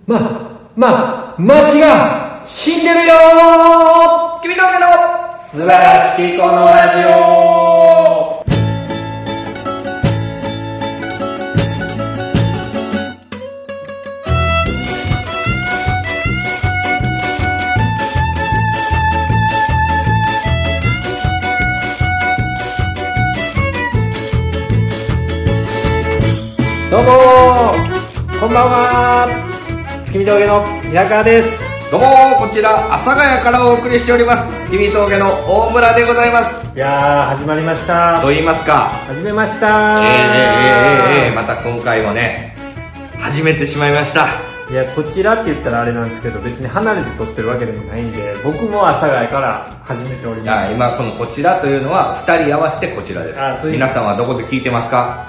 街が死んでるよー。 月見峠の素晴らしきこのラジオ。 どうもー、こんばんは。月見峠の平川です。 どうもこちら阿佐ヶ谷からお送りしております月見峠の大村でございます。 いやー、始まりました。 と言いますか、 始めました。 また今回もね始めてしまいました。 いや、こちらって言ったらあれなんですけど、別に離れて撮ってるわけでもないんで、僕も阿佐ヶ谷から始めております。 今このこちらというのは2人合わせてこちらです。皆さんはどこで聞いてますか？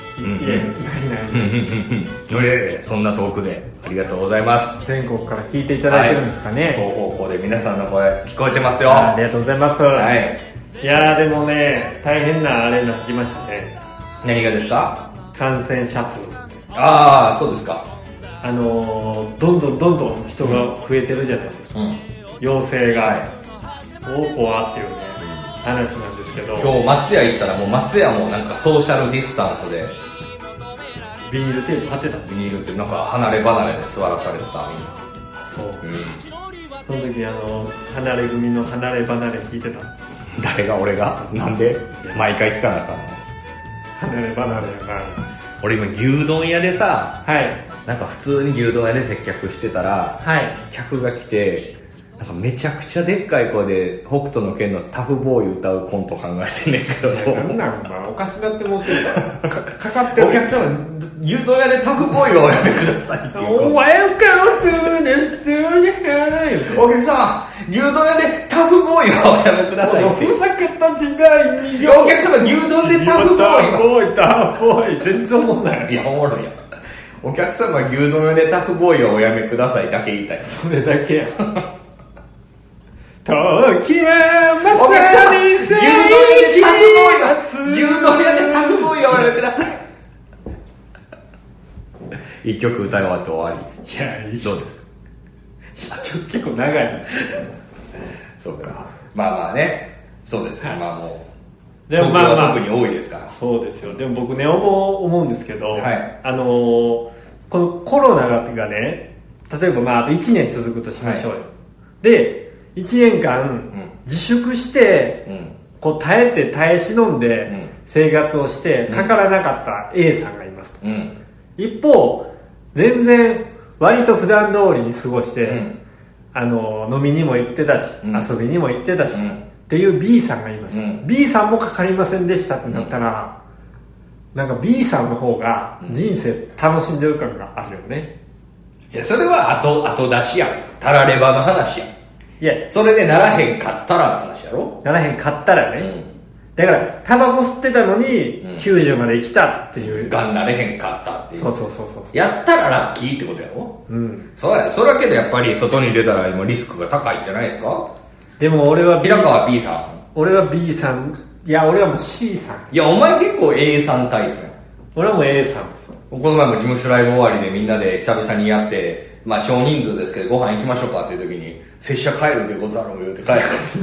そんな遠くでありがとうございます。 全国から聞いていただいてるんですかね。 双方向で皆さんの声聞こえてますよ。 ありがとうございます。 いやー、でもね、大変なあれになってきましたね。 何がですか？ 感染者数。 ああ、そうですか。 どんどん人が増えてるじゃないですか。陽性が多くはっていうね話なんですけど、 今日松屋行ったらもう松屋もなんかソーシャルディスタンスでビニールテープ貼ってた。 ビニールってなんか離れ離れで座らされてたみんな。 そう、その時離れ組の離れ離れ聞いてた。 誰が？俺が？なんで毎回聞かなあかんの？ 離れ離れやから。 俺今牛丼屋でさ、 はい、 なんか普通に牛丼屋で接客してたら、 はい、 客が来てなんかめちゃくちゃでっかい声で北斗の拳のタフボーイ歌うコント考えてんねんけど、 なんなんかおかしなって思ってるかかってる。 お客様牛丼屋でタフボーイはおやめくださいっていう。 お前をお客様牛丼屋でタフボーイはおやめくださいって。 ふざけた時代にお客様牛丼でタフボーイタフボーイ全然おもんない。 いや、おもろいやん。お客様牛丼屋でタフボーイはおやめくださいだけ言いたい。 それだけや時はまさに牛丼屋でタフボーイはおやめください。一曲歌い終わって終わり。 いや、 どうですか？ 結構長い。 そうか。まあね、そうですね。まあもうでも東京は特に多いですから。 そうですよ。でも僕ね思うんですけど、 はい、 このコロナがね、例えばあと1年続くとしましょうよ。で1年間自粛して、こう耐え忍んで生活をしてかからなかった A さんがいますと、一方全然割と普段通りに過ごして、飲みにも行ってたし、遊びにも行ってたし、っていう B さんがいます、B さんもかかりませんでしたってなったら、なんか B さんの方が人生楽しんでる感があるよね。 いや、それは後出しやん。たらればの話やん。 いや、 それでならへんかったらの話やろ。 ならへんかったらね、だからタバコ吸ってたのに90まで生きたっていう、 がんなれへんかったっていう。 そうやったらラッキーってことやろ。そうや。それだけどやっぱり外に出たら今リスクが高いんじゃないですか。 でも俺は平川 B さん。 俺は B さん。いや、俺はもう C さん。 いや、お前結構 A さんタイプやん。 俺はもう A さんですよ。 この前も事務所ライブ終わりでみんなで久々にやって、まあ少人数ですけどご飯行きましょうかっていう時に、拙者帰るでござろう言うて帰って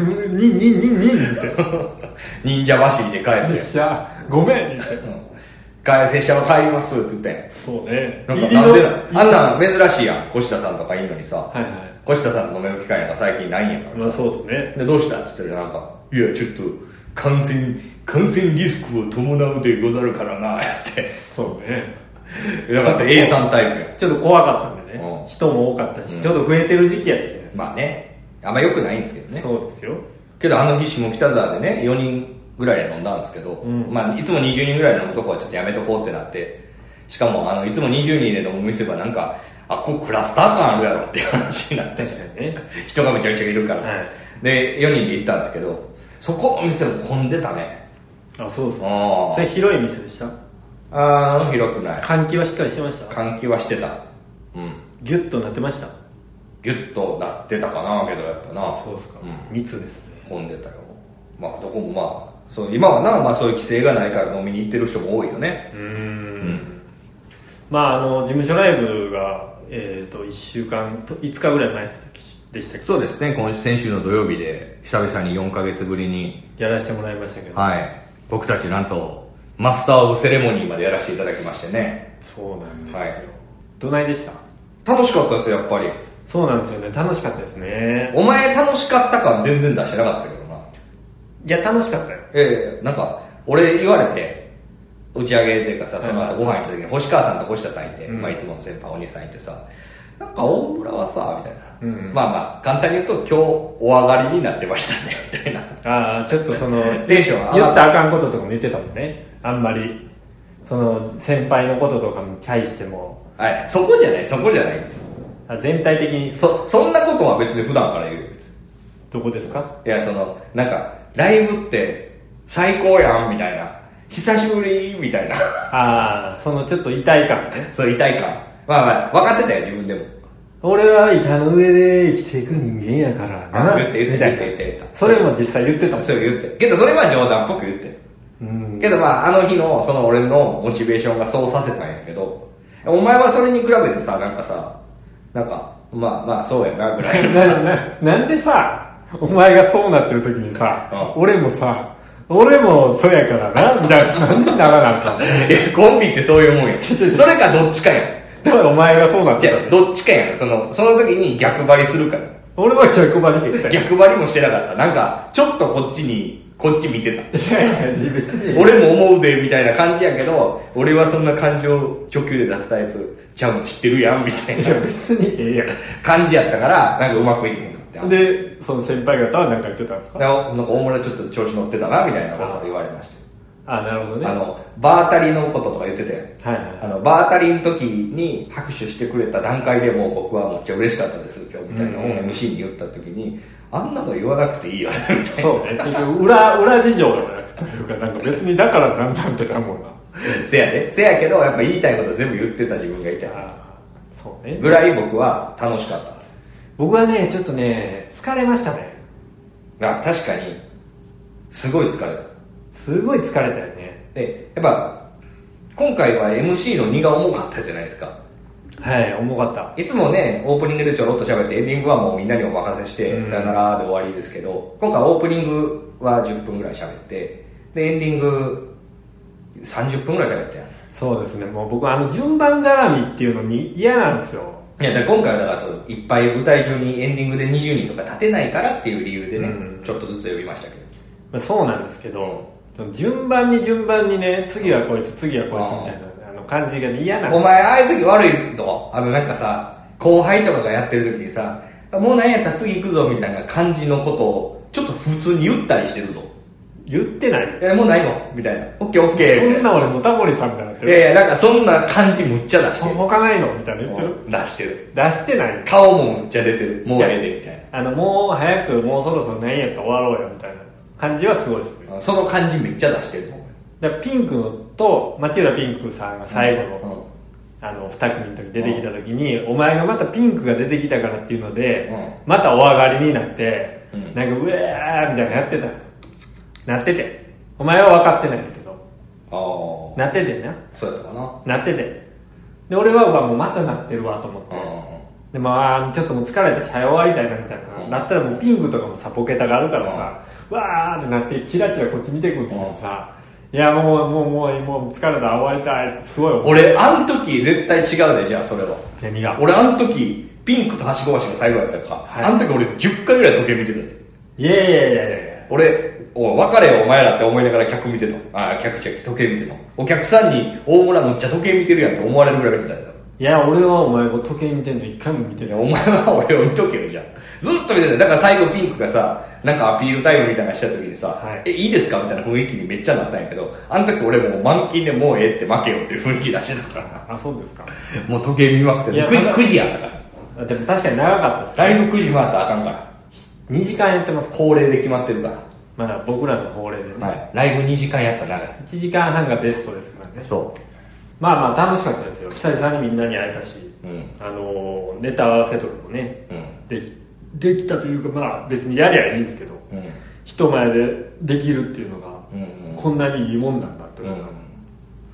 忍者走りで帰って拙者ごめんって拙者は帰りますって言ってん。 そうね。 なんであんなん珍しいやん。越田さんとかいいのにさ、越田さんと飲める機会なんか最近ないんやから。 まあそうですね。 でどうしたって言ったらなんか、いやちょっと感染リスクを伴うでござるからなやって。 そうね。 だから A さんタイプやん。 ちょっと怖かったんでね、人も多かったし、ちょっと増えてる時期やったじゃないですか。 まあね、あんま良くないんですけどね。 そうですよ。 けどあの日下北沢でね4人ぐらいで飲んだんですけど、まあいつも20人ぐらい飲むとこはちょっとやめとこうってなって、しかもいつも20人で飲む店はなんかここクラスター感あるやろっていう話になって、人がめちゃくちゃいるから、で4人で行ったんですけど、そこの店も混んでたね。 あ、そうです。それ広い店でした？ 広くない。 換気はしっかりしてました？ 換気はしてた。 ギュッとなってました？ ギュッとなってたかな。けどやっぱな。 そうですか。密ですね。 混んでたよ。まあどこもそう今はな、まあそういう規制がないから飲みに行ってる人も多いよね。 まあ事務所ライブが 1週間と5日ぐらい前でしたっけ。 そうですね、先週の土曜日で久々に4ヶ月ぶりにやらせてもらいましたけど、 はい、僕たちなんとマスターオブセレモニーまでやらせていただきましてね。 そうなんですよ、 はい、 どないでした？ 楽しかったですよ、やっぱり。 そうなんですよね、楽しかったですね。 お前楽しかった感全然出してなかったけどな。 いや楽しかったよ。 なんか俺言われて打ち上げっていうかさ、その後ご飯行った時に星川さんと星田さんいて、まあ、いつもの先輩お兄さんいてさ、なんか大村はさみたいな、まあまあ簡単に言うと今日お上がりになってましたねみたいな。 ああ、ちょっとそのテンション言ったらあかんこととかも言ってたもんね。あんまりその先輩のこととかに対しても、 はい、そこじゃない全体的にそんなことは別に普段から言うよ。 どこですか？いや、そのなんかライブって最高やんみたいな、久しぶりみたいなああ、そのちょっと痛い感ね。 そう、痛い感。まあまあ分かってたよ、自分でも。 俺は板の上で生きていく人間やからな。 言ってそれも実際言ってたもん。 そう言って。けどそれは冗談っぽく言って。けどまああの日のその俺のモチベーションがそうさせたんやけど、お前はそれに比べてさ、なんかさ、なんかまあまあそうやなぐらいなんでさ、お前がそうなってる時にさ、俺もそうやからなみたいな、なんでならなあかんの？ いや、コンビってそういうもんや。それかどっちかやん。 だからお前がそうなってる。 どっちかやん。その時に逆張りするから。 俺は逆張りしてたよ。 逆張りもしてなかった。なんかちょっとこっち見てた。 いや別に俺も思うでみたいな感じやけど、俺はそんな感情直球で出すタイプちゃうの知ってるやんみたいな。 いや別にええやん感じやったから、なんかうまくいけへんかった。 でその先輩方は何か言ってたんですか？ なんか大村ちょっと調子乗ってたなみたいなことを言われました。 あ、なるほどね。 バータリのこととか言ってて、 はいはい、 バータリの時に拍手してくれた段階でもう僕はめっちゃ嬉しかったです今日みたいなのを MC に言った時に、あんなの言わなくていいよねみたいな。 そうね、結局裏事情じゃなくてというか、なんか別にだからなんなんてなもんな。 せやけどやっぱ言いたいこと全部言ってた自分がいて、 そうね、 ぐらい僕は楽しかったんです。 僕はねちょっとね疲れましたね。 確かにすごい疲れた。 すごい疲れたよね。 でやっぱ今回は MC の荷が重かったじゃないですか。 はい、重かった。 いつもねオープニングでちょろっと喋ってエンディングはもうみんなにお任せして、さよならで終わりですけど、今回オープニングは10分ぐらい喋って、でエンディング30分ぐらい喋ってやん。 そうですね、もう僕順番絡みっていうのに嫌なんですよ。 いや、今回はだからいっぱい舞台中にエンディングで20人とか立てないからっていう理由でね、ちょっとずつ呼びましたけど、 そうなんですけど、順番にね、次はこいつ次はこいつみたいな感じが嫌なんです。 お前ああいう時悪いとなんかさ、後輩とかがやってる時にさ、もう何やったら次行くぞみたいな感じのことをちょっと普通に言ったりしてるぞ。 言ってない。 もうないのみたいな。オッケーオッケー。 そんな俺もタモリさんみたいになってる。 いやなんかそんな感じむっちゃ出してる。 他ないのみたいな言ってる。 出してる。 出してない。 顔もむっちゃ出てる。もうええでみたいな。 もう早くもうそろそろ何やったら終わろうよみたいな感じはすごいですね。 その感じめっちゃ出してる。 だからピンクと町浦ピンクさんが最後の、2組の時出てきた時に、お前がまたピンクが出てきたからっていうので、またお上がりになって、なんかうわーみたいなやってた。なってて。お前は分かってないんだけど。なっててな。 そうやったかな。 なってて。で、俺はもうまたなってるわと思って。で、ちょっともう疲れて早終わりたいなみたいな。なったらもうピンクとかもさ、ボケたがあるからさ、わーってなって、チラチラこっち見てくんだけどさ、いやもう疲れた、終わりたいってすごい。 俺、あの時絶対違うで、じゃあそれは。 何が？ 俺、あの時、ピンクとはしご橋が最後やったから、あの時俺10回ぐらい時計見てたで。 いや。 俺、別れよお前らって思いながら客見てた。客時計見てた。お客さんに大村むっちゃ時計見てるやんって思われるぐらい見てたんだよ。 いや、俺はお前が時計見てんの一回も見てない。 お前は俺を見とけよじゃん。ずっと見てた。だから最後ピンクがさ、なんかアピールタイムみたいなのした時にさ、いいですかみたいな雰囲気にめっちゃなったんやけど、あの時俺もう満勤でもうええって負けよっていう雰囲気出してたから。 あ、そうですか。 もう時計見まくって9時やったから。 でも確かに長かったです。 ライブ9時回ったらあかんから。 2時間やってます。 法令で決まってるから。 まだ僕らの法令でね。 はい。ライブ2時間やったら長い。 1時間半がベストですからね。 そう。 楽しかったですよ。久々にみんなに会えたし、ネタ合わせとかもね、できたというか、別にやりゃいいんですけど、人前でできるっていうのが、こんなにいいもんなんだというか、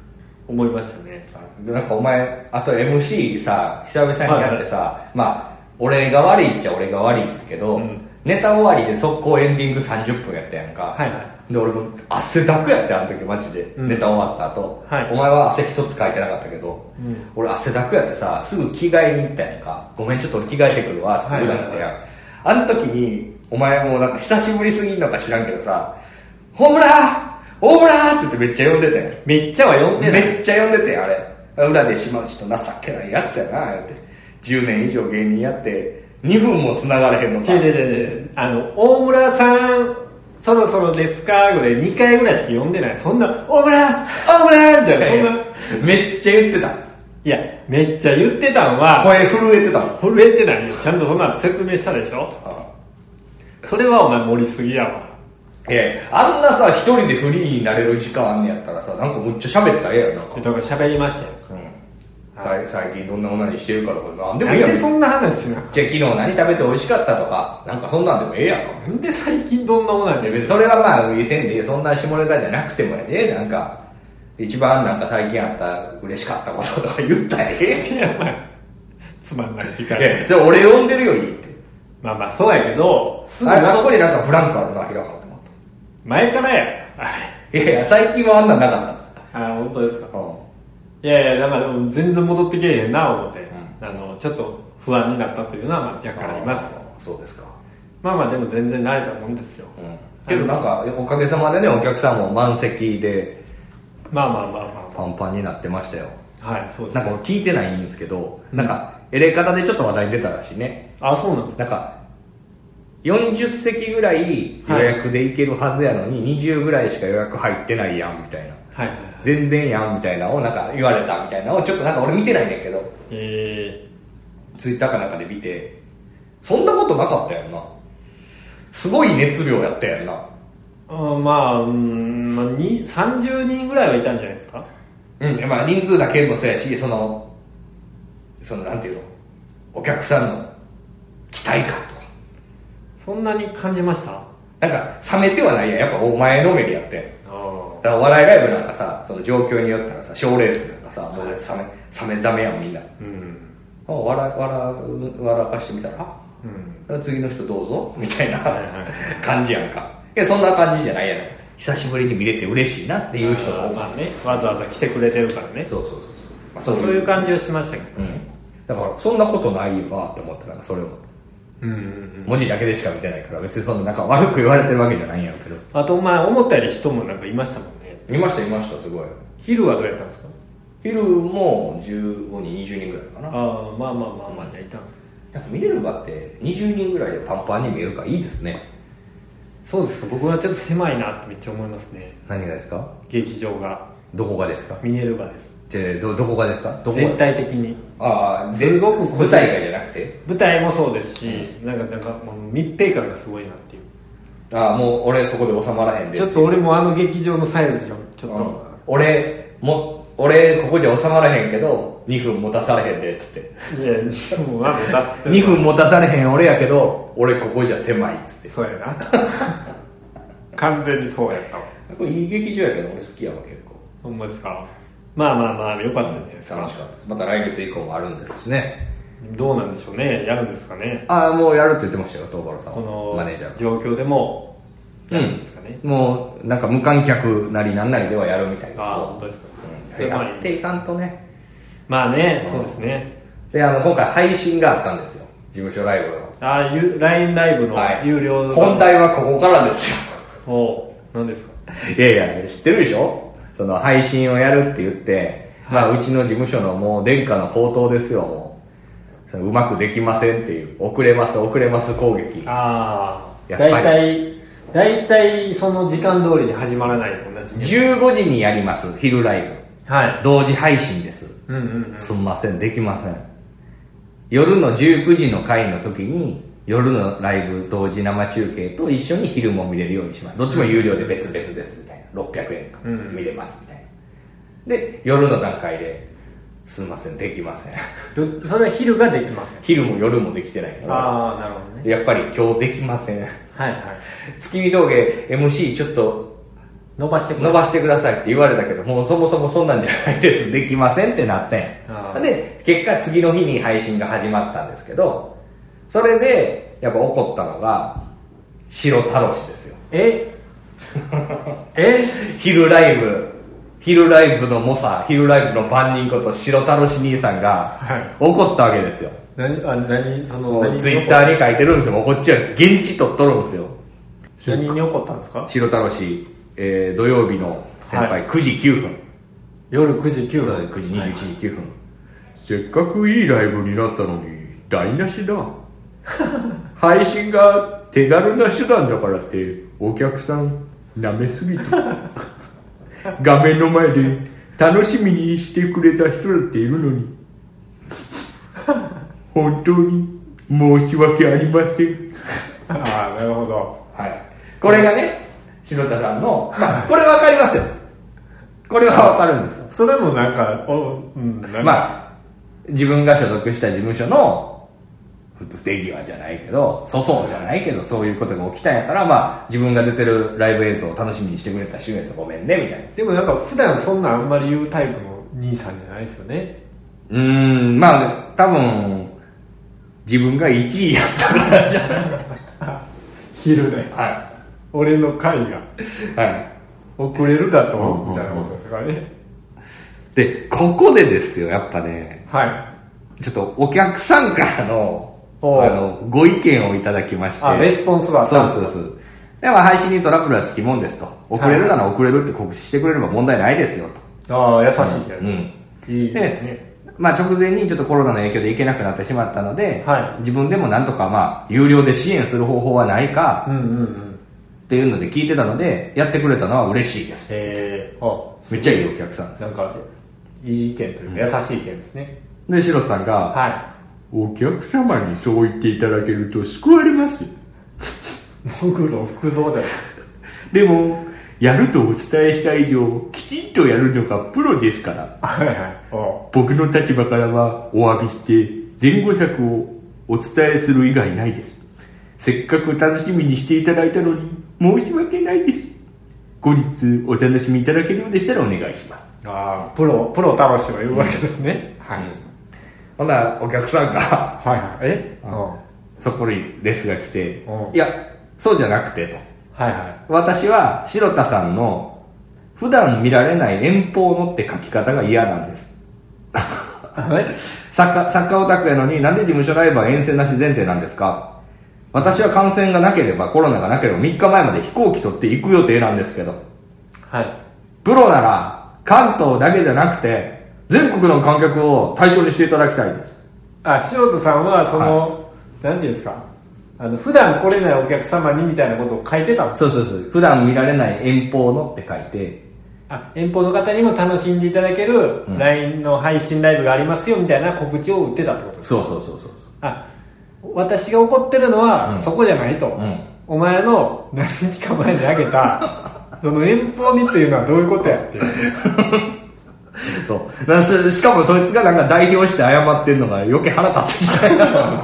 思いましたね。 なんかお前あと MC さ久々にやってさ、まあ俺が悪いっちゃ俺が悪いんだけど、ネタ終わりで速攻エンディング30分やったやんか、 はいはい、 で俺も汗だくやってあの時マジで、ネタ終わった後、はい、お前は汗一つかいてなかったけど、俺汗だくやってさすぐ着替えに行ったやんか、ごめんちょっと俺着替えてくるわっつって裏行ったやん、あの時にお前もなんか久しぶりすぎんのか知らんけどさ、大村って言ってめっちゃ呼んでて、 めっちゃは呼んでない、 めっちゃ呼んでて、あれ裏で島内と情けないやつやなって10年以上芸人やって2分も繋がれへんのか。 大村さんそろそろですかぐらい2回ぐらいしか呼んでない。そんな大村みたいな、そんなめっちゃ言ってた。 いやめっちゃ言ってたんは声震えてたの。 震えてないよ、ちゃんとそんな説明したでしょ。それはお前盛りすぎやわ。 あんなさ一人でフリーになれる時間あんねやったらさ、なんかむっちゃ喋ったらええやん。なんかだから喋りましたよ、 最近どんな女にしてるかとかなんでもいいやん。 なんでそんな話すな。 じゃあ昨日何食べて美味しかったとかなんかそんなんでもええやんか。 なんで最近どんな女に別にそれはまあいいせんでそんな下ネタじゃなくてもやで、なんか一番なんか最近あった嬉しかったこととか言ったらええやん。 いやまあつまんない時間。 じゃあ俺呼んでるよりって。 まあまあそうやけど、 あれ学校になんかブランクあるな、平川と思った。 前からやいや最近はあんなんなかった。 本当ですか。いやだから全然戻ってけえへんな思って、ちょっと不安になったというのは若干あります。 そうですか。 まあまあでも全然慣れたもんですよ、 けどなんかおかげさまでねお客さんも満席でまあパンパンになってましたよ。 はいそうです、 なんか聞いてないんですけど、なんかエレカタでちょっと話題に出たらしいね。 そうなんです。 なんか40席ぐらい予約で行けるはずやのに、20ぐらいしか予約入ってないやんみたいな、全然やんみたいなのをなんか言われたみたいなのをちょっとなんか俺見てないんだけど、ツイッターかなんかで見て、そんなことなかったやんな。すごい熱量やったやんな。 30人ぐらいはいたんじゃないですか。 まあ人数だけもそうやし、そのなんていうの、お客さんの期待感とかそんなに感じました。 なんか冷めてはないやん、やっぱお前のめりやってん。だからお笑いライブなんかさ、その状況によったらさ、賞レースなんかさ、もう冷めやんみんな。笑かしてみたら、次の人どうぞみたいな感じやんか。いやそんな感じじゃないやん。久しぶりに見れて嬉しいなっていう人が多かったね。 わざわざ来てくれてるからね。そういう感じをしましたけど、 だからそんなことないよなって思ったら、それを文字だけでしか見てないから別にそんななんか悪く言われてるわけじゃないんやけど。 あと思ったより人もなんかいましたもんね。 いましたすごい。 昼はどうやったんですか。 昼も15人20人ぐらいかな。 まあじゃあいたんです。 なんか見れる場って20人ぐらいでパンパンに見えるからいいですね。 そうですか。僕はちょっと狭いなってめっちゃ思いますね。 何がですか。 劇場が。 どこがですか。 ミネルヴァです。 どこがですか。 全体的に。 すごく舞台がじゃなくて。 舞台もそうですし、なんか密閉感がすごいなっていう。 もう俺そこで収まらへんで。 ちょっと俺も劇場のサイズじゃちょっと、 俺ここじゃ収まらへんけど2分持たされへんでっつって。 いやもう 2分持たされへん俺やけど俺ここじゃ狭いっつって。 そうやな完全にそうやったわ。 これいい劇場やけど俺好きやわ結構。 ほんまですか。まあよかったんじゃないですか。 楽しかったです。また来月以降もあるんですしね。 どうなんでしょうね。やるんですかね。 もうやるって言ってましたよ東原さん。 このマネージャー状況でもやるんですかね。 もうなんか無観客なりなんなりではやるみたいな。 本当ですか。 やっていかんとね。 まあね、そうですね。 で今回配信があったんですよ、事務所ライブの。 LINE ライブの有料、 本題はここからですよ。 何ですか。 いや知ってるでしょ。その配信をやるって言って、うちの事務所のもう殿下の宝刀ですよ。もううまくできませんっていう遅れます攻撃。 大体その時間通りに始まらないと同じ。 15時にやります昼ライブ。同時配信です。すんませんできません。夜の19時の回の時に夜のライブ同時生中継と一緒に昼も見れるようにします。どっちも有料で別々ですみたいな。600円か見れますみたいな。で夜の段階ですんませんできませんそれは昼ができません。 昼も夜もできてないから。 なるほどね。 やっぱり今日できません。月見峠 MC ちょっと伸ばしてくださいって言われたけど、もうそもそもそんなんじゃないです。できませんってなってん。で、結果次の日に配信が始まったんですけど、それで、やっぱ起こったのが、白太郎氏ですよ。昼ライブの猛者、昼ライブの番人こと白太郎氏兄さんが、怒ったわけですよ。ツイッターに書いてるんですよ。もうこっちは現地取っとるんですよ。 何に怒ったんですか？ 白太郎氏、土曜日の先輩、9時9分。 夜9時9分。 そう、9時21時9分。せっかくいいライブになったのに、台無しだ。配信が手軽な手段だからって、お客さん舐めすぎて。画面の前で楽しみにしてくれた人だっているのに。本当に申し訳ありません。 ああ、なるほど。 はい。これがね、篠田さんの、まあ、これわかりますよ。これはわかるんですよ。 それもなんか、 まあ、自分が所属した事務所の不手際じゃないけど、粗相じゃないけど、そういうことが起きたんやから、まあ、自分が出てるライブ映像を楽しみにしてくれたしゅうやとごめんね、みたいな。 でもなんか普段そんなあんまり言うタイプの兄さんじゃないですよね。 まあ、多分、自分が1位やったからじゃない。 昼で。 はい。 俺の回が。 はい。 遅れるだと、みたいなことですからね。 で、ここでですよ、やっぱね。 はい。 ちょっとお客さんからの、ご意見をいただきまして。 レスポンスがあったんですか？ そう。では配信にトラブルはつきもんですと。遅れるなら遅れるって告知してくれれば問題ないですよと。優しいやつ。いいですね。 まあ直前にちょっとコロナの影響で行けなくなってしまったので、 はい、 自分でもなんとかまあ有料で支援する方法はないか、っていうので聞いてたので、やってくれたのは嬉しいです。めっちゃいいお客さんです。 なんかいい意見というか優しい意見ですね。 で、白瀬さんが、 はい、 お客様にそう言っていただけると救われます。 僕の服装じゃない。 でもやるとお伝えした以上、きちんとやるのがプロですから。僕の立場からはお詫びして前後策をお伝えする以外ないです。せっかく楽しみにしていただいたのに申し訳ないです。後日お楽しみいただけるようでしたらお願いします。 プロ魂は言うわけですね。 ほんならお客さんがそこにレスが来て、いやそうじゃなくてと。私は白田さんの普段見られない遠方のって書き方が嫌なんです。作家オタクやのになんで事務所ライブは遠征なし前提なんですか？私は感染がなければコロナがなければ3日前まで飛行機取って行く予定なんですけど、プロなら関東だけじゃなくて全国の観客を対象にしていただきたいです。 白田さんはその、何ていうんですか、普段来れないお客様にみたいなことを書いてたんですか？ そう普段見られない遠方のって書いて、 遠方の方にも楽しんでいただける LINE の配信ライブがありますよみたいな告知を打ってたってことですか？ そう私が怒ってるのはそこじゃないと、お前の何日か前にあげたその遠方にっていうのはどういうことやっていうそうしかもそいつがなんか代表して謝ってるのが余計腹立ってきた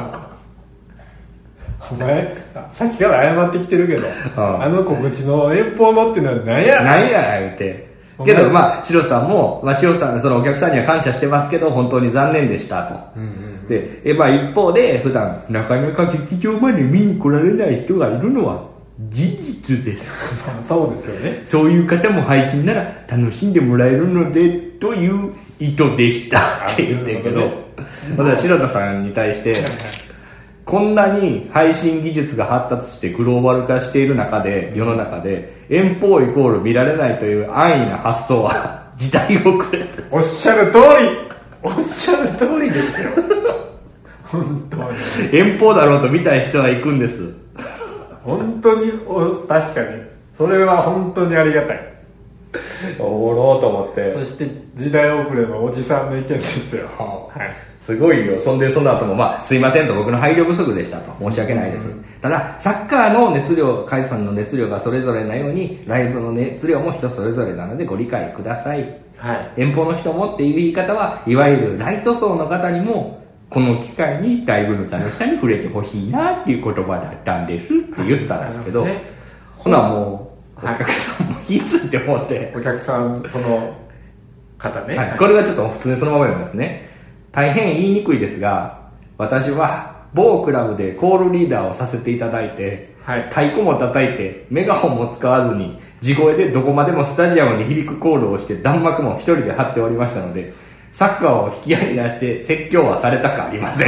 お前さっきから謝ってきてるけど、あの告知の遠方のっていうのは何や言うて、けどまあ白さんも、白さんそのお客さんには感謝してますけど本当に残念でしたと、で一方で普段なかなか劇場まで見に来られない人がいるのは事実ですそうですよね。 そういう方も配信なら楽しんでもらえるのでという意図でしたって言ってるけど、私白田さんに対してこんなに配信技術が発達してグローバル化している中で、世の中で遠方イコール見られないという安易な発想は時代遅れです。 おっしゃる通りですよ本当に遠方だろうと見たい人は行くんです。 本当に確かにそれは本当にありがたい。 おもろうと思って。 そして時代遅れのおじさんの意見ですよ。 すごいよ。その後もすいませんと僕の配慮不足でしたと申し訳ないです、ただサッカーの熱量、海さんの熱量がそれぞれなようにライブの熱量も人それぞれなのでご理解ください、遠方の人もっていう言い方はいわゆるライト層の方にもこの機会にライブの楽しさに触れてほしいなっていう言葉だったんですって言ったんですけど、ほなもうお客さんもいつって思って。 お客さん、その方ね。 はい、これはちょっと普通にそのまま読みますね。大変言いにくいですが、私は某クラブでコールリーダーをさせていただいて、はい、太鼓も叩いてメガホンも使わずに地声でどこまでもスタジアムに響くコールをして弾幕も一人で張っておりましたので、サッカーを引き合いに出して説教はされたくありません。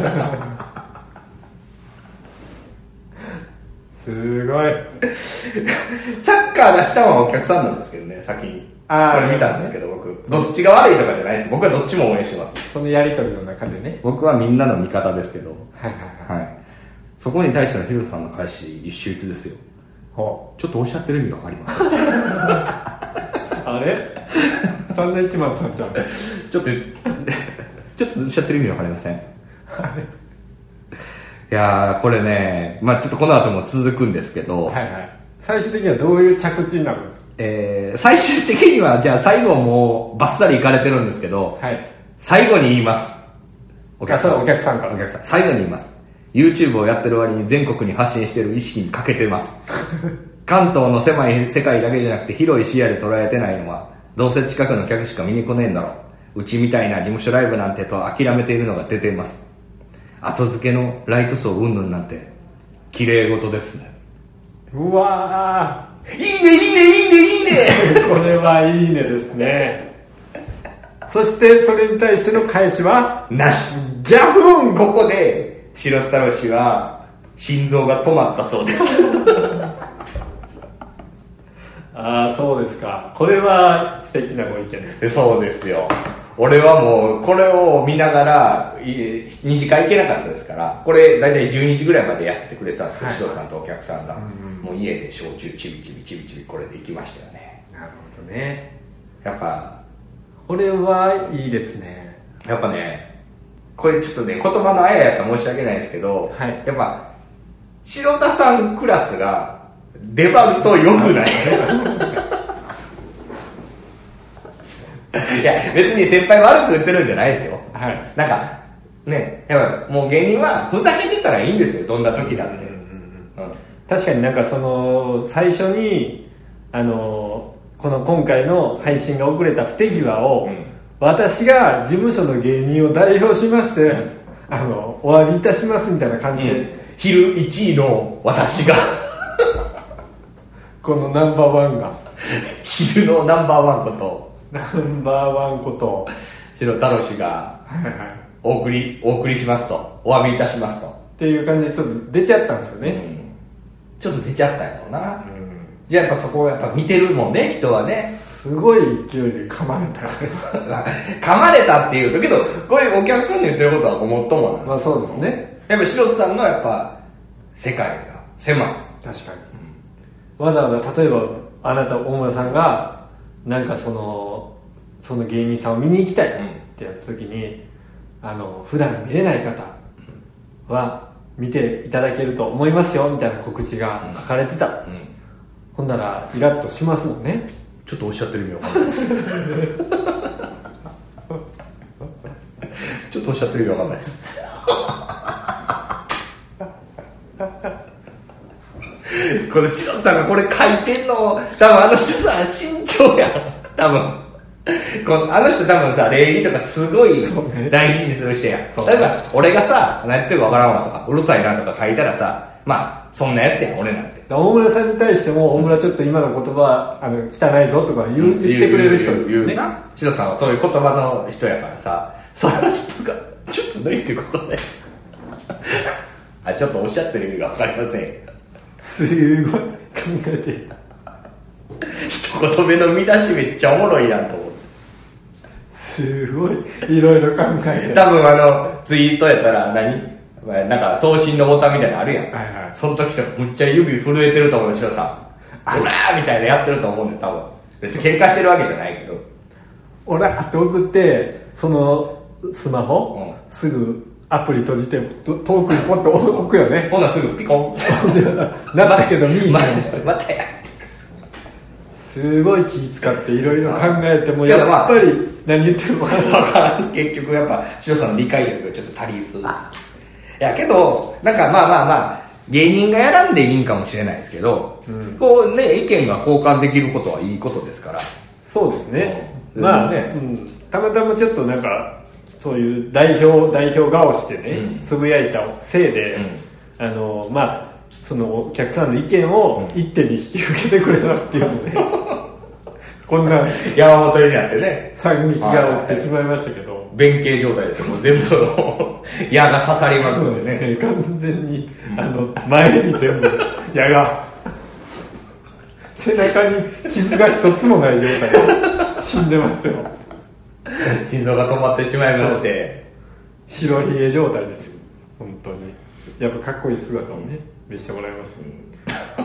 すごい。 サッカー出したのはお客さんなんですけどね、先に。これ見たんですけど、僕どっちが悪いとかじゃないです。僕はどっちも応援してます。 そのやり取りの中でね。 僕はみんなの味方ですけど、はい、そこに対してのヒロさんの返し一周一ですよ。ちょっとおっしゃってる意味が分かります。 あれサンドイッチマンさんじゃん。 ちょっとおっしゃってる意味が分かりません。いやー、これね、まあちょっとこの後も続くんですけど、 はいはい、最終的にはどういう着地になるんですか？ 最終的にはじゃあ最後もうバッサリいかれてるんですけど、はい、最後に言います。 お客さんから。 お客さん最後に言います。 YouTube をやってる割に全国に発信してる意識に欠けてます関東の狭い世界だけじゃなくて広い視野で捉えてないのはどうせ近くの客しか見に来ねえんだろう。うちみたいな事務所ライブなんてと諦めているのが出ています。後付けのライト層云々なんて綺麗事ですね。 うわー、いいねいいねいいねいいねこれはいいねですね。そしてそれに対しての返しはなし。 ギャフン。 ここで白太郎氏は心臓が止まったそうですああ、そうですか。これは素敵なご意見です。 そうですよ。俺はもうこれを見ながら2次会行けなかったですから、これ大体12時ぐらいまでやってくれてたんですけど、白さんとお客さんが、もう家で焼酎ちびちびこれで行きましたよね。 なるほどね。 やっぱこれはいいですね。 やっぱね、これちょっとね言葉のあややったら申し訳ないですけど、はい、やっぱ白田さんクラスが出番と良くないいや別に先輩悪く言ってるんじゃないですよ、はい、なんかね、やっぱもう芸人はふざけてたらいいんですよ、どんな時だって、 確かになんかその最初にこの今回の配信が遅れた不手際を、私が事務所の芸人を代表しまして、お詫びいたしますみたいな感じで、 昼1位の私がこのナンバーワンが昼のナンバーワンことナンバーワンこと白太郎氏がお送りしますと、お詫びいたしますとっていう感じでちょっと出ちゃったんですよね、 ちょっと出ちゃったんやろうな、じゃあやっぱそこをやっぱ見てるもんね、人はね。 すごい勢いで噛まれた噛まれたっていうけど、これお客さんの言ってることはごもっともなんで、 まあそうですね。 やっぱ白津さんのやっぱ世界が狭い。 確かに、わざわざ例えばあなた大村さんがなんかその芸人さんを見に行きたいってやった時に、普段見れない方は見ていただけると思いますよみたいな告知が書かれてた、ほんならイラッとしますもんね。 ちょっとおっしゃってる意味わかんないですちょっとおっしゃってる意味わかんないですこの白さんがこれ書いてんの、多分あの人さ慎重やん、多分あの人多分さ礼儀とかすごい大事にする人やん、だから俺がさ何言ってるかわからんわとかうるさいなとか書いたらさ、まあそんなやつやん俺なんて。 大村さんに対しても、大村ちょっと今の言葉汚いぞとか言ってくれる人ですよね。 白さんはそういう言葉の人やからさ、その人がちょっと何っていうことでちょっとおっしゃってる意味が分かりません。 すごい考えて一言目の見出しめっちゃおもろいやんと思って、 すごいいろいろ考えて、 多分ツイートやったらなんか送信のボタンみたいなのあるやん、その時とかむっちゃ指震えてると思うよ白さん、オラーみたいなやってると思うんで、多分別に喧嘩してるわけじゃないけど、 オラーって送ってそのスマホ、すぐアプリ閉じて遠くにポッと置くよね。 ほんならすぐピコンなったけど見またや、 すごい気使っていろいろ考えてもやっぱり何言ってるか分からん。 結局やっぱ白さんの理解力がちょっと足りず、いやけどなんかまあ芸人がやらんでいいんかもしれないですけど、こうね、意見が交換できることはいいことですから。 そうですね。まあね、たまたまちょっとなんか、そういう代表顔してね、つぶやいたせいで、まあ、そのお客さんの意見を一手に引き受けてくれたっていうので、こんな山本になってね、 惨劇が起きてしまいましたけど、 弁慶状態ですよ。もう全部矢が刺さりまくってね。 完全に前に全部矢が背中に傷が一つもない状態で死んでますよ。 心臓が止まってしまいまして、 白ひげ状態ですよ。本当にやっぱかっこいい姿をね見せてもらいました、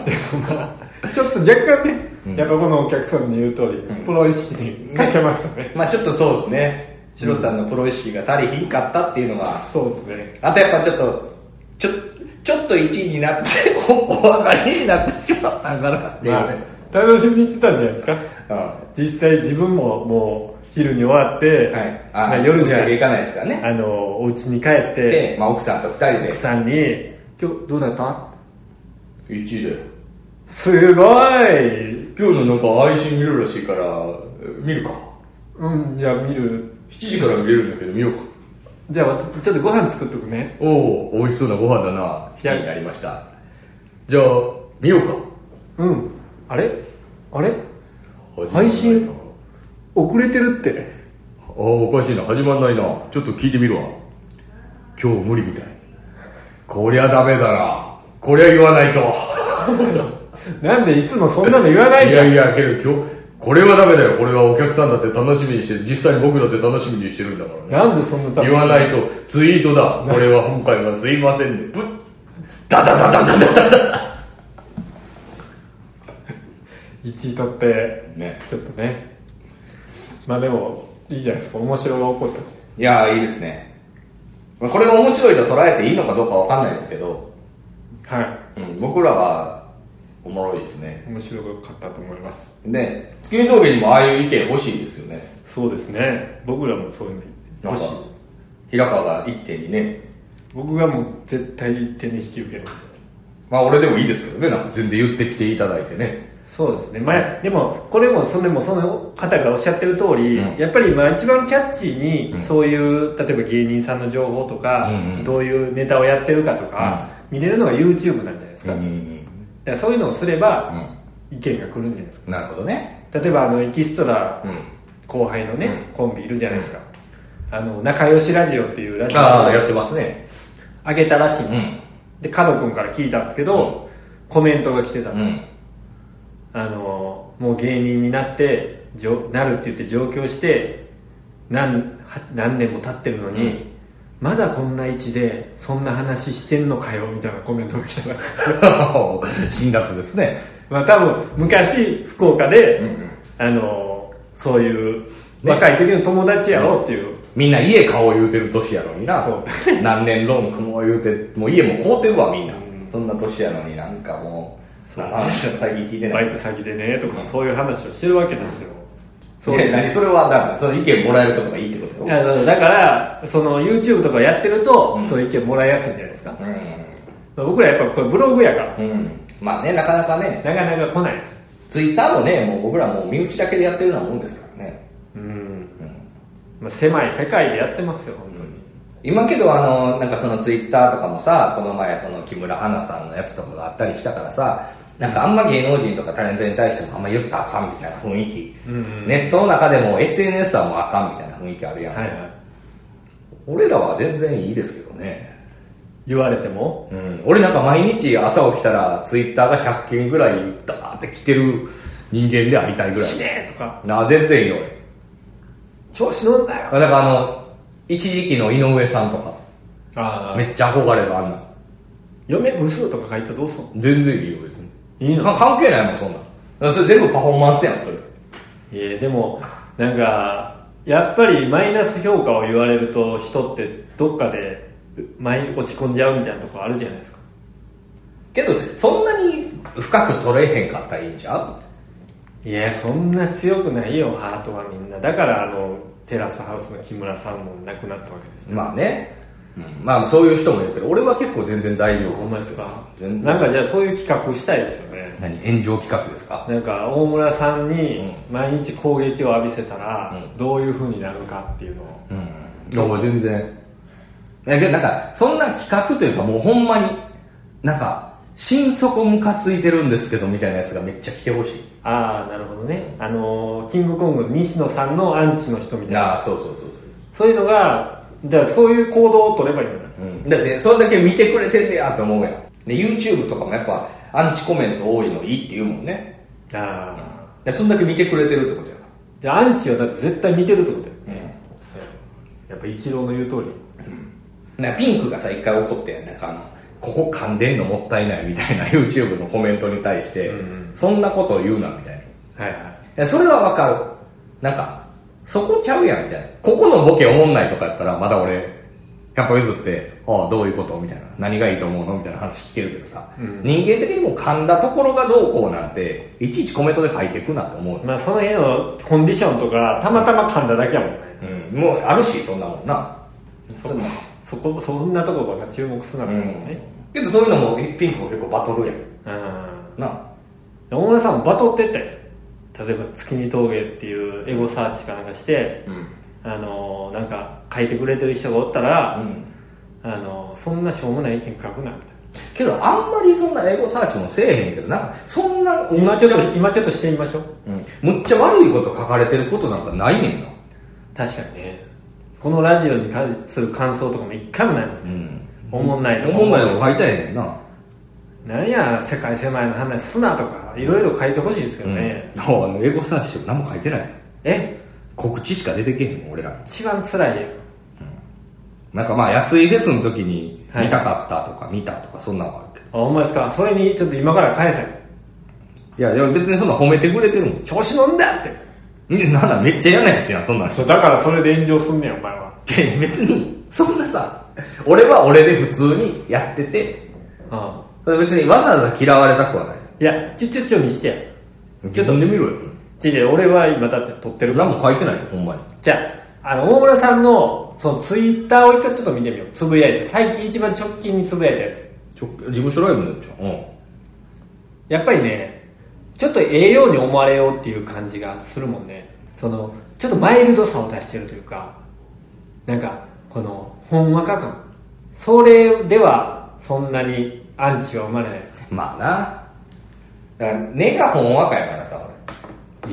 でもまあちょっと若干ね、やっぱこのお客さんの言う通り、プロ意識に欠けましたね。 まあちょっとそうですね。白さんのプロ意識が足りひんかったっていうのが、 そうですね。 あとやっぱちょっと1位になってお分かりになってしまったんかなっていうね、 まあ、楽しみにしてたんじゃないですか、実際自分ももう昼に終わって、夜には行かないですからね、 お家に帰って、 奥さんと2人で奥さんに今日どうだった ?1 位だよ。 すごい。 今日のなんか配信見るらしいから見るか。 じゃあ見る。 7時から見れるんだけど見ようか。 じゃあちょっとご飯作っとくね。 おお、美味しそうなご飯だな。7時になりました。じゃあ見ようか。 あれ配信遅れてるって。 おかしいな、始まんないな。ちょっと聞いてみるわ。今日無理みたい。こりゃダメだな。こりゃ言わないと。 なんでいつもそんなの言わないじゃん。 いやけど今日これはダメだよ。これはお客さんだって楽しみにしてる。実際に僕だって楽しみにしてるんだからね。なんでそんな言わないとツイートだ。これは今回はすいませんね。ダダダダダダダ 1位取ってね、ちょっとね。まあでもいいじゃないですか。面白が起こった。 いやいいですね。これを面白いと捉えていいのかどうかわかんないですけど、僕らはおもろいですね。 面白かったと思います。 で、月見峠にもああいう意見欲しいですよね。 そうですね。僕らもそういうの欲しい。 平川が一手にね。 僕がもう絶対一手に引き受ける。 まあ俺でもいいですけどね。なんか全然言ってきていただいてね。 そうですね。まあでもこれもその方がおっしゃってる通り、やっぱり一番キャッチーにそういう例えば芸人さんの情報とか、どういうネタをやってるかとか、見れるのが YouTube なんじゃないですか。だからそういうのをすれば、意見が来るんじゃないですか。 なるほどね。 例えばエキストラ後輩のね、コンビいるじゃないですか。仲良しラジオっていうラジオをやってますね。 あげたらしいんです。で角君から聞いたんですけど、コメントが来てた。もう芸人になるって言って上京して何年も経ってるのに、まだこんな位置でそんな話してんのかよみたいなコメントが来たら辛辣ですね。 まあ多分昔福岡で、そういう若い時の友達やろっていう、 みんな家買おう言うてる年やのにな。何年ローン組もう言うて、もう家も買うてるわみんな、そんな年やのになんかもう話の詐欺聞いてない。 バイト先でねとか、そういう話をしてるわけですよ。 それはだからその意見もらえることがいいってことよ。 だからその YouTube とかやってると、そういう意見もらいやすいんじゃないですか。僕らやっぱこれブログやから、 まあね、なかなかね、 なかなか来ないです。 Twitter もね、もう僕らもう身内だけでやってるようなもんですからね。 狭い世界でやってますよ本当に。 今けどなんかそのツイッターとかもさ、この前その木村花さんのやつとかがあったりしたからさ、なんかあんま芸能人とかタレントに対してもあんま言ったらあかんみたいな雰囲気、ネットの中でも SNS はもうあかんみたいな雰囲気あるやん、俺らは全然いいですけどね、 言われても、 俺なんか毎日朝起きたらツイッターが100件ぐらいダーって来てる人間でありたいぐらい。 死ねとか全然いいよ俺。 調子乗んなよ。 だから一時期の井上さんとかめっちゃ憧れる。あんな嫁ブスとか書いてどうすんの。 全然いいよ別に。 いいの関係ないもんそんな。それ全部パフォーマンスやんそれ。でもなんかやっぱりマイナス評価を言われると人ってどっかで落ち込んじゃうみたいなとこあるじゃないですか。 けどそんなに深く取れへんかったらいいんちゃう。 そんな強くないよハートはみんな。だからテラスハウスの木村さんも亡くなったわけです。 まあね、 まあそういう人もいるけど、俺は結構全然大丈夫。 ほんまですか。なんかじゃあそういう企画したいですよね。 何、炎上企画ですか？ なんか大村さんに毎日攻撃を浴びせたらどういう風になるかっていうのを、 いや全然。だけどなんかそんな企画というか、もうほんまになんか心底ムカついてるんですけどみたいなやつがめっちゃ来てほしい。 ああ、なるほどね。キングコングの西野さんのアンチの人みたいな。 ああ、そう。 そういうのが、だからそういう行動を取ればいいんだ。 だってそれだけ見てくれてんねやと思うやん。で YouTube とかもやっぱアンチコメント多いのいいって言うもんね。 ああ、そんだけ見てくれてるってことやから。 じゃあアンチはだって絶対見てるってことだよね。やっぱ一郎の言う通り。 なんかピンクがさ一回怒ってやん、なんかここ噛んでんのもったいないみたいな YouTube のコメントに対して、そんなことを言うなみたいな。はいはい。それはわかる。なんかそこちゃうやんみたいな。ここのボケおもんないとかやったらまだ俺100歩譲って、ああどういうことみたいな、何がいいと思うのみたいな話聞けるけどさ、人間的にも噛んだところがどうこうなんていちいちコメントで書いていくなと思う。 まあその辺のコンディションとかたまたま噛んだだけやもんね。 もうあるしそんなもんな。 そんなとこばっか注目すなってね。 けどそういうのもピンクも結構バトルやん。 な大村さんもバトってったよ。例えば月見峠っていうエゴサーチかなんかして、なんか書いてくれてる人がおったら、そんなしょうもない意見書くなみたいな。 けどあんまりそんなエゴサーチもせえへんけど、なんかそんな今ちょっとしてみましょう。 むっちゃ悪いこと書かれてることなんかないねんな。 確かにね。このラジオに関する感想とかも一回もないもん。おもんないとか。 おもんないとか書いたやねんな。 なんや世界狭いの話すなとかいろいろ書いてほしいですけどね。 エゴサーチしても何も書いてないですよ。告知しか出てけへん俺ら。 一番辛いよ。 なんかまあやついフェスの時に見たかったとか見たとかそんなのあるけど。 ほんまですか。それにちょっと今から返せ。 いや別にそんな褒めてくれてるもん。 調子乗んだって。 なんだめっちゃ嫌なやつやんそんなん。 だからそれで炎上すんねんお前は。 別にそんなさ、俺は俺で普通にやってて、別にわざわざ嫌われたくはない。 いやちょ見してや。 ちょっと見てみろよ。 俺は今だって撮ってるから。 何も書いてないよほんまに。 じゃあ大村さんのそのツイッターを一回ちょっと見てみよう。つぶやいて最近一番直近につぶやいたやつ。 事務所ライブのやつじゃん。 やっぱりねちょっと栄養に思われようっていう感じがするもんね。そのちょっとマイルドさを出してるというか、なんかこのほんわか感、それではそんなにアンチは生まれないです。 まあな、だから根がほんわかやからさ俺。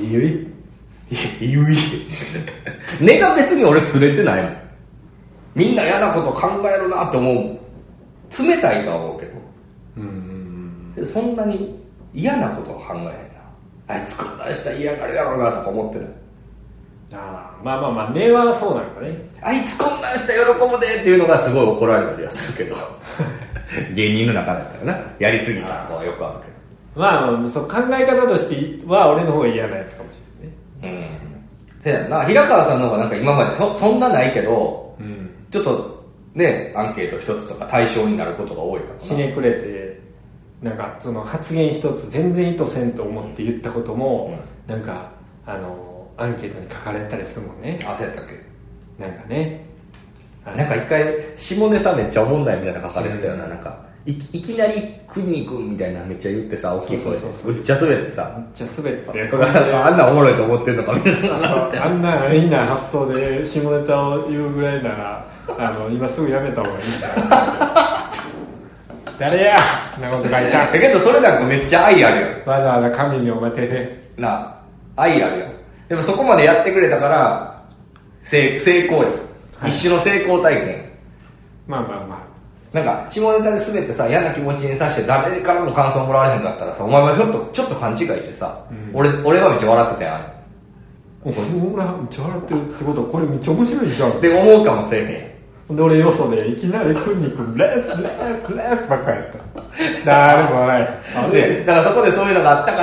根が別に俺すれてないもん。みんな嫌なこと考えるなって思う。冷たいとは思うけど、そんなに嫌なことは考えないな。あいつこんなんしたら嫌がるやろうなとか思ってない。 まあ根はそうなんかね。 あいつこんなんしたら喜ぶでっていうのがすごい怒られたりはするけど芸人の中だったらな、やりすぎたとかはよくあるけど、 その考え方としては俺の方が嫌なやつかもしれないね。 せやな、平川さんの方がなんか今まで そんなないけど、ちょっとねアンケート一つとか対象になることが多いからな。 ひねくれてなんかその発言一つ全然意図せんと思って言ったことも、なんかアンケートに書かれたりするもんね。 そうやったっけ。なんかね、 なんか一回下ネタめっちゃおもんないみたいな書かれてたよな。なんかいきなりくんにくんみたいなめっちゃ言ってさ、大きい声でめっちゃ滑ってさ、 めっちゃ滑ってあんなおもろいと思ってんのかみたいな。 あんな変な発想で下ネタを言うぐらいなら今すぐやめた方がいいんだ誰やなこと書いた。 だけどそれなんかめっちゃ愛あるよ。 わざわざ神におまてでな、愛あるよ。でもそこまでやってくれたから成功よ、一種の成功体験。 まあなんか下ネタで滑ってさ、嫌な気持ちにさして誰からも感想もらわれへんかったらさ、お前はちょっと勘違いしてさ、俺はめっちゃ笑ってたやんあれ。 俺めっちゃ笑ってるってことはこれめっちゃ面白いじゃんって思うかもしれへん。 で俺よそでいきなりくんにくんレースばっかりやった誰も笑でだからそこでそういうのがあったから、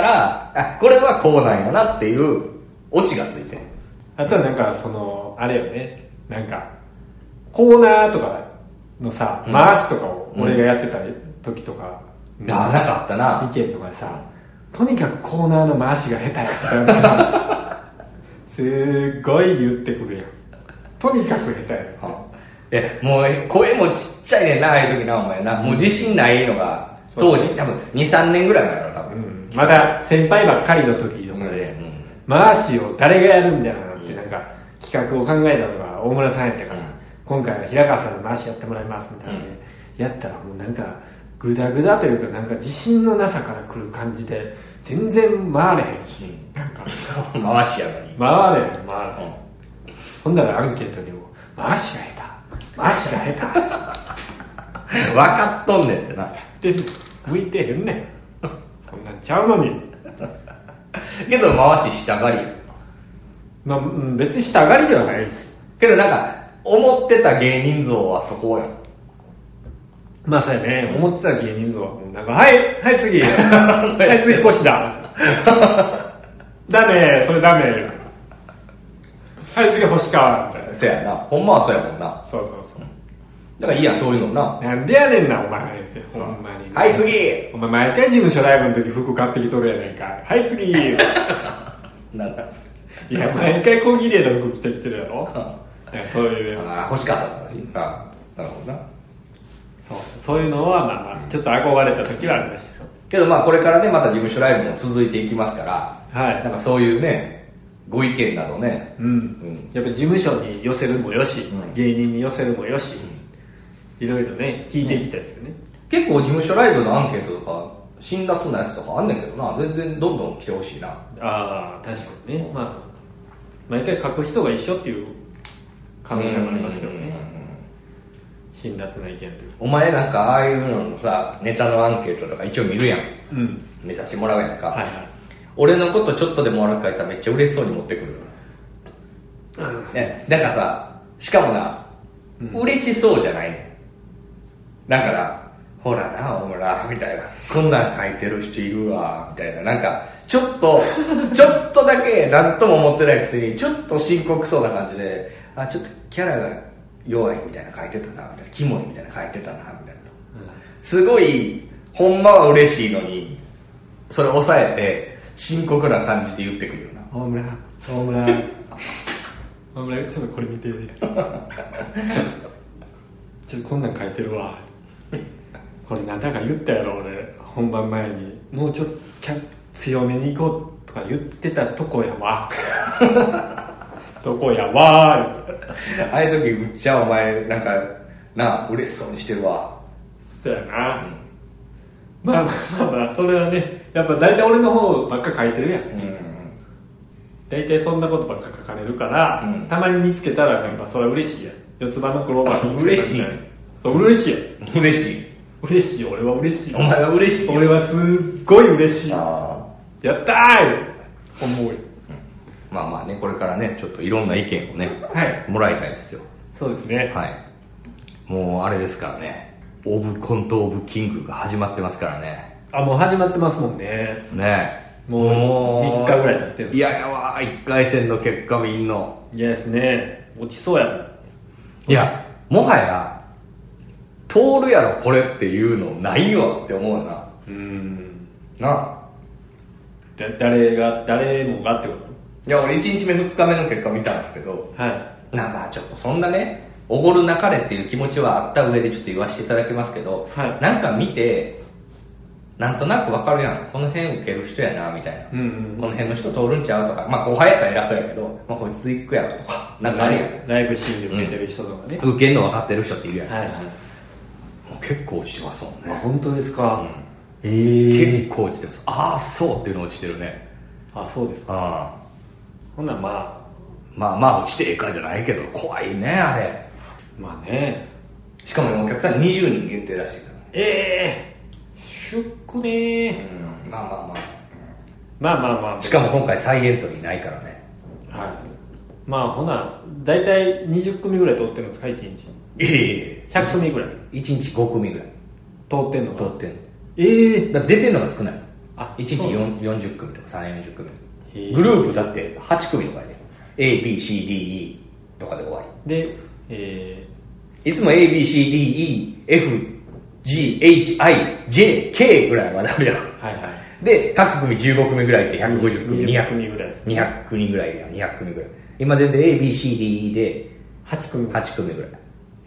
これはこうなんやなっていうオチがついてる。 あとはなんかそのあれよね、なんかコーナーとかのさ、回しとかを俺がやってた時とか、 なかったな意見とかでさ、とにかくコーナーの回しが下手やったすっごい言ってくるやん。とにかく下手やん。 もう声もちっちゃいねんな、ああいう時な、お前な。もう自信ないのが、当時、多分2、3年ぐらい前やろ、多分。 まだ先輩ばっかりの時とかで、回しを誰がやるみたいなのってなんか、企画を考えたのが大村さんやったから、今回は平川さんの回しやってもらいますみたいなね、やったらもうなんか、グダグダというかなんか自信のなさから来る感じで、全然回れへんし、なんか、 回しやのに。 回れへん。ほんならアンケートにも、回しが下手。 分かっとんねんってな。 向いてへんねん。そんなんちゃうのに。 けど回ししたがりや。 まあ、別にしたがりではないですよ。 けどなんか、思ってた芸人像はそこや。 まあそうやね、思ってた芸人像はもうなんか、はい次。はい次腰だ。ダメ、それダメ。はい次星川。みたいな。 そうやな。ほんまはそうやもんな。 そう。 だからいいやん、そういうのな。 なんでやねんな、お前って。ほんまに。 はい次。 お前毎回事務所ライブの時服買ってきとるやないか。はい次。 なんだそれ。いや、毎回小綺麗な服着てきてるやろ。そういう。 星川さんの話。なるほどな。 そういうのはまあちょっと憧れた時はありましたよ。 けどまあこれからね、また事務所ライブも続いていきますから、 はい。 なんかそういうね、ご意見などね。 やっぱ事務所に寄せるもよし、芸人に寄せるもよし、いろいろね、聞いていきたいですよね。 結構事務所ライブのアンケートとか、辛辣なやつとかあんねんけどな、全然どんどん来てほしいな。 ああ、確かにね。まあ、毎回書く人が一緒っていう可能性もありますけどね。辛辣な意見というお前なんかああいうののさ、ネタのアンケートとか一応見るやん。見させてもらうやんか。俺のことちょっとでも悪く書いたらめっちゃ嬉しそうに持ってくる。だからさ、しかもな、嬉しそうじゃないねん。だから、ほらな、おら、みたいな。こんなん書いてる人いるわ、みたいな。なんか、ちょっとだけなんとも思ってないくせに、ちょっと深刻そうな感じで、ちょっとキャラが弱いみたいな書いてたな、みたいな。キモいみたいな書いてたな、みたいな。すごい、ほんまは嬉しいのに、それ抑えて、深刻な感じで言ってくるよな。 大村、ちょっとこれ見てちょっとこんなん書いてるわ。これなんだか言ったやろ、俺。本番前に。もうちょっと強めに行こうとか言ってたとこやわ。とこやわ。 ああいう時、むっちゃお前、なんか、なあ、嬉しそうにしてるわ。 そうやな。まあ、それはね、やっぱ大体俺の方ばっか書いてるやん。大体そんなことばっか書かれるから、たまに見つけたら、なんかそれは嬉しいやん。四つ葉のクローバー見つけた嬉しい。 嬉しいやん。嬉しい、俺は嬉しい。 お前は嬉しい。 俺はすっごい嬉しい。やったー思うよ。 まあね、これからね、ちょっといろんな意見をね、もらいたいですよ。 そうですね。 はい。もうあれですからね、オブコントオブキングが始まってますからね。 もう始まってますもんね。もう3日ぐらい経ってる。 いやわ、1回戦の結果見んの。 嫌ですね。落ちそうやもん。 いや、もはや、通るやろこれっていうのないわって思うよな。なあ。 誰もがってこと？ いや、俺1日目2日目の結果見たんですけど、まあちょっとそんなね、おごるなかれっていう気持ちはあった上でちょっと言わせていただきますけど、なんか見て、なんとなくわかるやん。この辺受ける人やな、みたいな。この辺の人通るんちゃうとか、まあ後輩やったら偉そうやけど、まあこいつ行くやろとか、なんかあるやん。 ライブシーンで受けてる人とかね。 受けんの分かってる人っているやん。もう結構落ちてますもんね。 本当ですか？ 結構落ちてます。そうっていうの落ちてるね。 そうですか。ほんならまあ落ちてええかじゃないけど、怖いね、あれ。 まあね。 しかもお客さん20人限定らしいから。 シュックねー。 まあ。しかも今回再エントリーないからね。 ほな、だいたい20組ぐらい通ってるんですか、1日。100組ぐらい。 1日5組ぐらい。 通ってんのか。 だから出てんのが少ない。1日40組とか3、40組。グループだって8組とかで。A, B, C, D, E とかで終わり。 で、 いつも A, B, C, D, E, F, G, H, I, J, K ぐらいまであるやん。で、各組15組ぐらいって150組、200組ぐらいです。200人ぐらいやん、200組ぐらい。今全然 A, B, C, D, E で 8組ぐらい。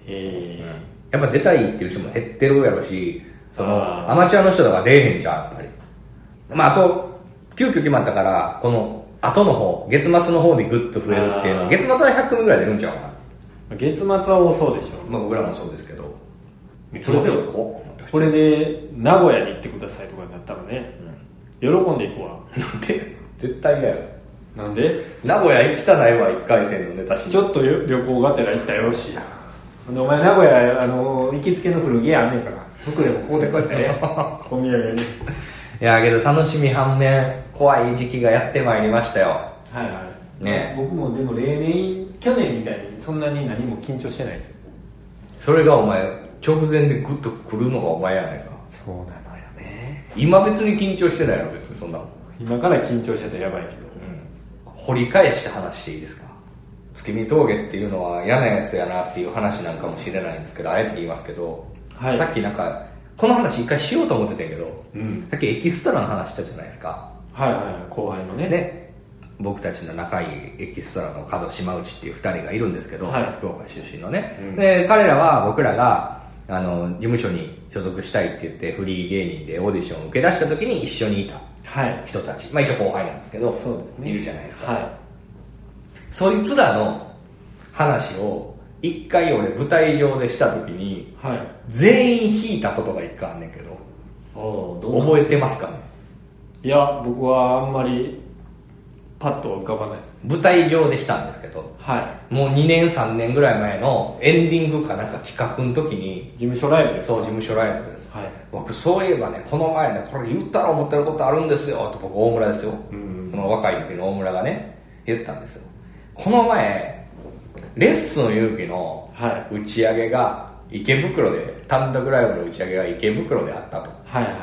やっぱ出たいっていう人も減ってるやろし、そのアマチュアの人とか出えへんじゃん、やっぱり。まあ、あと、急遽決まったから、この後の方、月末の方でグッと増えるっていうのは、月末は100組ぐらい出るんちゃうかな。 月末は多そうでしょ。 まあ僕らもそうですけど。 それでこれで名古屋に行ってくださいとかになったらね、喜んでいくわ。 なんで絶対だよ。 なんで名古屋行きたないわ、1回戦のネタし。 ちょっと旅行がてら行ったらよろしいや。でお前名古屋行きつけの古着屋あんねんから、服でもここでこうやってねお土産に。 いやけど楽しみ反面怖い時期がやってまいりましたよ。 はいはいね。 僕もでも例年去年みたいにそんなに何も緊張してないですよ。 それがお前直前でグッと来るのがお前やないか。 そうなのよね。 今別に緊張してないの、別にそんなもん。 今から緊張してたらやばいけど、 掘り返して話していいですか。月見峠っていうのは嫌なやつやなっていう話なんかもしれないんですけど、あえて言いますけど、はい、さっきなんかこの話一回しようと思ってたんやけど、さっきエキストラの話したじゃないですか。 はいはい、後輩のね。 で僕たちの仲いいエキストラの門島内っていう2人がいるんですけど、はい、福岡出身のね、で彼らは僕らが事務所に所属したいって言ってフリー芸人でオーディションを受け出した時に一緒にいた人たち、まあ一応後輩なんですけど、そうですね、いるじゃないですか、はい、そいつらの話を一回俺舞台上でした時に、はい、全員引いたことが一回あんねんけど、覚えてますかね。 いや僕はあんまりパッと浮かばないです。 舞台上でしたんですけど、はい、もう2年3年ぐらい前のエンディングかなんか企画の時に、 事務所ライブです。 そう、事務所ライブです、はい、僕そういえばねこの前ねこれ言ったら思ってることあるんですよと僕大村ですよ、その若い時の大村がね言ったんですよ。この前レッスン勇気の打ち上げが池袋で、単独ライブの打ち上げが池袋であったと、はいはい、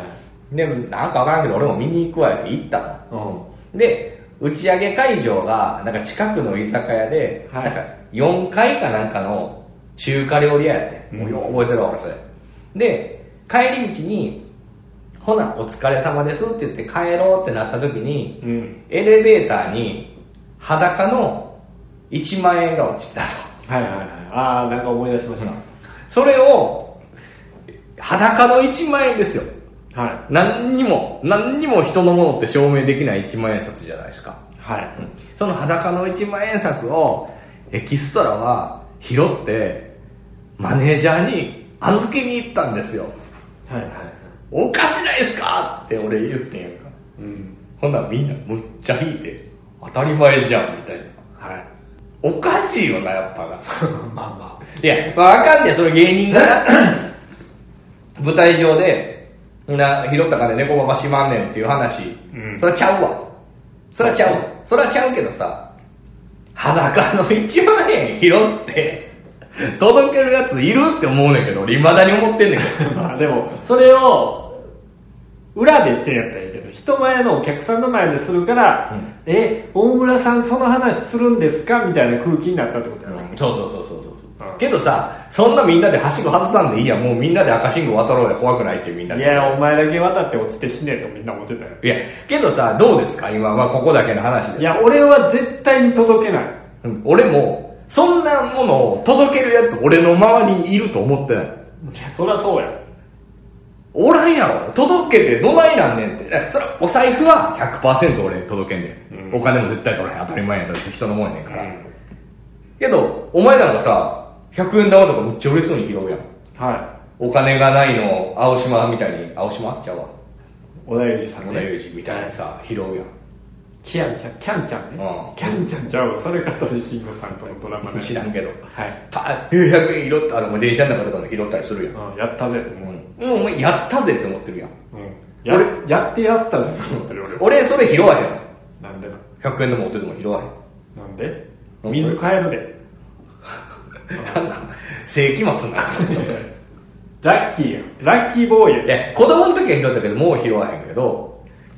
でなんかわからんけど俺も見に行くわって行ったと、で打ち上げ会場がなんか近くの居酒屋で、はい、なんか4階かなんかの中華料理屋やって、もうよう覚えてるわ俺それで、帰り道にほなお疲れ様ですって言って帰ろうってなった時に、エレベーターに裸の1万円が落ちたと。 はいはいはい、ああなんか思い出しました、 それを裸の1万円ですよ、はい、何にも人のものって証明できない1万円札じゃないですか、はい、その裸の1万円札をエキストラは拾ってマネージャーに預けに行ったんですよ、はいはい、おかしないですかって俺言ってんやんか、ほんならみんなむっちゃ引いて当たり前じゃんみたいな、はい、おかしいよなやっぱなまあまあいや、まあ、わかんねえその芸人が舞台上で拾った金猫ババしまんねんっていう話、それはちゃうわ、それはちゃうけどさ、裸の1万円拾って届けるやついるって思うねんけど、俺未だに思ってんねんけどまあでもそれを裏でしてんやったらいいけど、人前のお客さんの前でするから、大村さんその話するんですかみたいな空気になったってことやな、 そうけどさ、そんなみんなではしご外さんでいいや、もうみんなで赤信号渡ろうや、怖くないってみんなで。 いやお前だけ渡って落ちて死ねとみんな思ってたよ。 いやけどさ、どうですか今、まあここだけの話です。 いや俺は絶対に届けない、 俺もそんなものを届けるやつ俺の周りにいると思ってない。いやそりゃそうや、 おらんやろ、届けてどないなんねんって。それお財布は 100% 俺届けんねん、お金も絶対取らへん、当たり前やったし人のもんやねんから、けどお前なんかさ100円玉とかめっちゃ嬉しそうに拾うやん、はい、お金がないの青島みたいに、青島ちゃうわ、 小田裕二さんね、 小田裕二みたいにさ拾うやん、 キャンちゃんね、キャンちゃんちゃうわ、それ香取慎吾さんとのドラマで知らんけど、はい、パッ100円拾ったらもう電車の中とかで拾ったりするやん、 やったぜって思う、 お前やったぜって思ってるやん、 俺やってやったぜって思ってる俺それ拾わへん、 なんでな、 100円でも持ってても拾わへん、 なんで水買えるでなんだ世紀末なラッキーやん、ラッキーボーイやん。 いや子供の時は拾ったけどもう拾わへんけど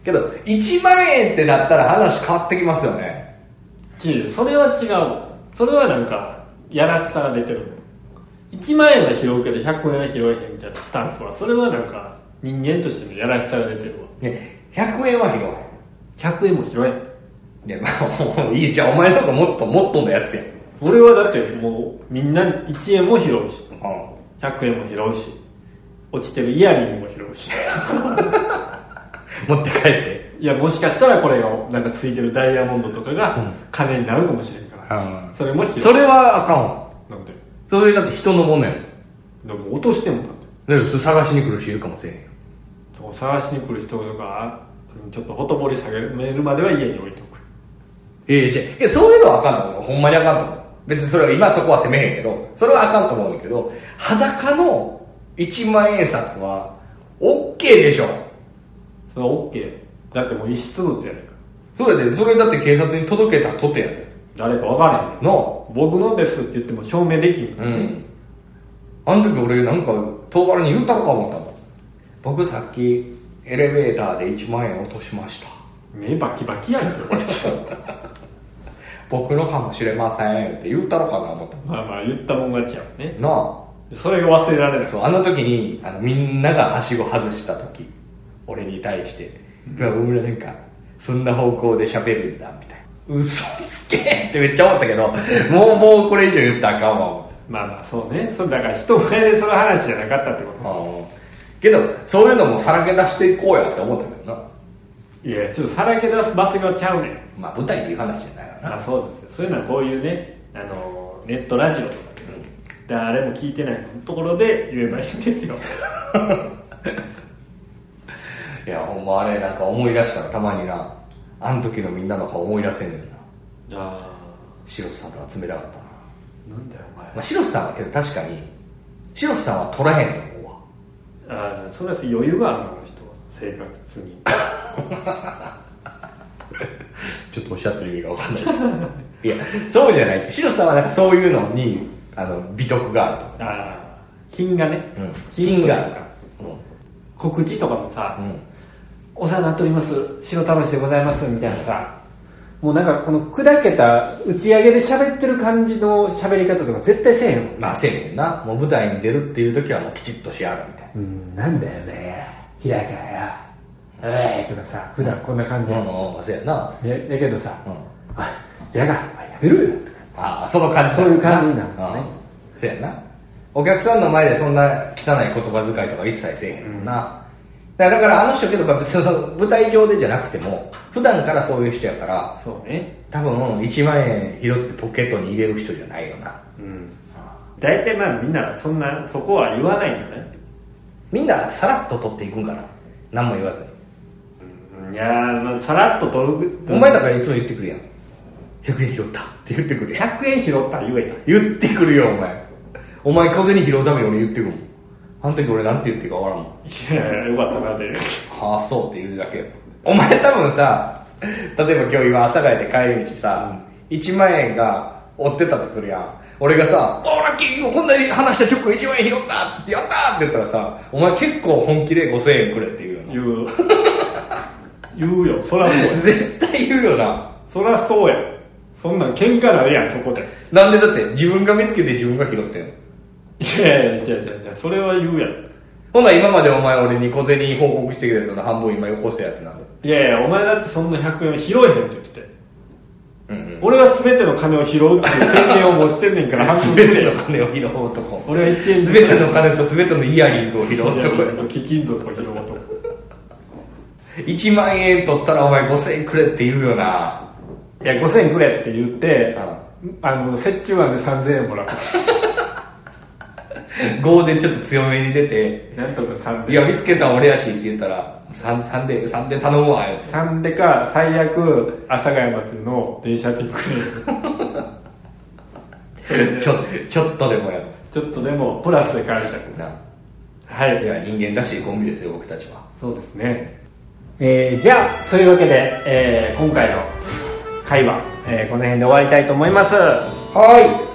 1万円ってなったら話変わってきますよね。 それは違う、それはなんかやらしさが出てる。1万円は拾うけど100円は拾えへんみたいなスタンスは、それはなんか人間としてのやらしさが出てるわ。 100円は拾えへん、 100円も拾えん。いやまあいいじゃあお前なんかもっとのやつやん。 俺はだってもうみんな1円も拾うし、 100円も拾うし、落ちてるイヤリングも拾うし持って帰って、 いやもしかしたらこれをなんかついてるダイヤモンドとかが金になるかもしれんから、それも拾う。 それはあかんわ。 なんでそれだって人のものやもん。 でも落としてもだってだから探しに来る人いるかもしれへんよ。 そう探しに来る人がちょっとほとぼり下げるまでは家に置いとく。 そういうのはあかんと思う。ほんまにあかんと思う。別にそれは今そこは責めへんけど、それはあかんと思うんだけど、裸の1万円札は OK でしょ。 それは OK。だってもう遺失物やねんか。 そうやで、それだって警察に届けたとてやで。 誰か分からへんの。僕のですって言っても証明できんからね。 あの時俺なんか東原に言ったのか思ったもん。僕さっきエレベーターで1万円落としました。 目バキバキやんけこれ僕のかもしれませんって言ったのかな思った。 まあまあ言ったもん勝ちやもんね。 なあ。 それが忘れられる。 そう、あの時にみんながはしご外した時、俺に対して「大村なんかそんな方向で喋るんだ」みたいな。嘘つけってめっちゃ思ったけどもうこれ以上言ったらあかんわ思って。 まあまあそうね。それだから人前でその話じゃなかったってこと。 けどそういうのもさらけ出していこうやって思ったけどな。 いやちょっとさらけ出す場所がちゃうねん。 まあ舞台っていう話じゃないよな。 そうですよ。そういうのはこういうねネットラジオとかで、誰も聞いてないところで言えばいいんですよいやほんまあれなんか思い出したらたまにな、あの時のみんなの顔思い出せんねんな。白洲さんと集めたかったな。 なんだよお前。 白洲さんはけど確かに白洲さんは取らへんと思うわ。 それは余裕があるのあの人は生活にちょっとおっしゃってる意味が分かんないですいやそうじゃない。白洲さんはなんかそういうのに美徳があると。 品がね、 品があるから、 告知とかもさ、お世話になっております白太郎氏でございますみたいなさ、もうなんかこの砕けた打ち上げで喋ってる感じの喋り方とか絶対せえへんもん。 まあせえへんな。もう舞台に出るっていう時はもうきちっとしやるみたいな。なんだよね平川よとかさ、普段こんな感じでそうやな。 やけどさ、平川やめろよとか、 その感じ。 そういう感じになるもんね。 そうやな。お客さんの前でそんな汚い言葉遣いとか一切せえへんもんな。だからあの人けど別にその舞台上でじゃなくても普段からそういう人やから、 そうね、 多分1万円拾ってポケットに入れる人じゃないよな。 大体まあみんなそこは言わないんじゃない。 みんなさらっと取っていくんかな、何も言わずに。 いやまあさらっと取る。 お前だからいつも言ってくるやん、100円拾ったって言ってくるやん。 100円拾った言えや。 言ってくるよお前小銭拾うために俺言ってくるもん。あの時俺なんて言ってるか分からんもん。 いやよかったなって言う。 そうって言うだけよ。お前多分さ、例えば今日今阿佐ヶ谷で帰り道さ、1万円が追ってたとするやん。俺がさ、ラッキーこんなに話した直後1万円拾ったってやったーって言ったらさ、お前結構本気で5000円くれって言うよな。 言うよ、そらそうや。 絶対言うよな。 そらそうや。そんなん喧嘩なるやん、そこで。 なんでだって自分が見つけて自分が拾ってんの。 いやいやそれは言うやん。 ほんなら今までお前俺に小銭報告してくれたやつの半分今よこせやってなんだ。 いやお前だってそんな100円拾えへんって言ってて、俺は全ての金を拾うっていう宣言をもしてんねんから全ての金を拾う男。 俺は1円全ての金と全てのイヤリングを拾う男や。 貴金属を拾う男。 1万円取ったらお前5000円くれって言うよな。 いや5000円くれって言って、折衷案で3000円もらう。 5でちょっと強めに出て、 なんとか3で。 いや見つけたん俺やしって言ったら3で頼むわよ。 3でか最悪阿佐ヶ谷までの電車賃くれ。 ちょっとでもやる。 ちょっとでもプラスで返したくな。はい。 いや人間らしいコンビですよ僕たちは。 そうですね。じゃあそういうわけで、今回の会話、この辺で終わりたいと思います。はい。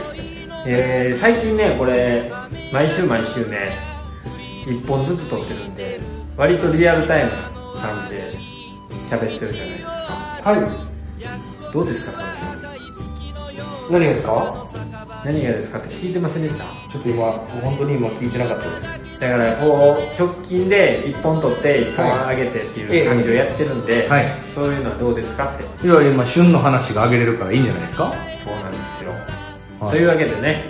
最近ねこれ毎週ね1本ずつ撮ってるんで割とリアルタイムな感じで喋ってるじゃないですか。はい。どうですかそれ。 何がですか？ 何がですかって聞いてませんでした？ ちょっと本当に今聞いてなかったです。 だからこう直近で1本取って1本上げてっていう感じをやってるんで、そういうのはどうですかって。 今旬の話が上げれるからいいんじゃないですか？ そうなんですよ。というわけでね、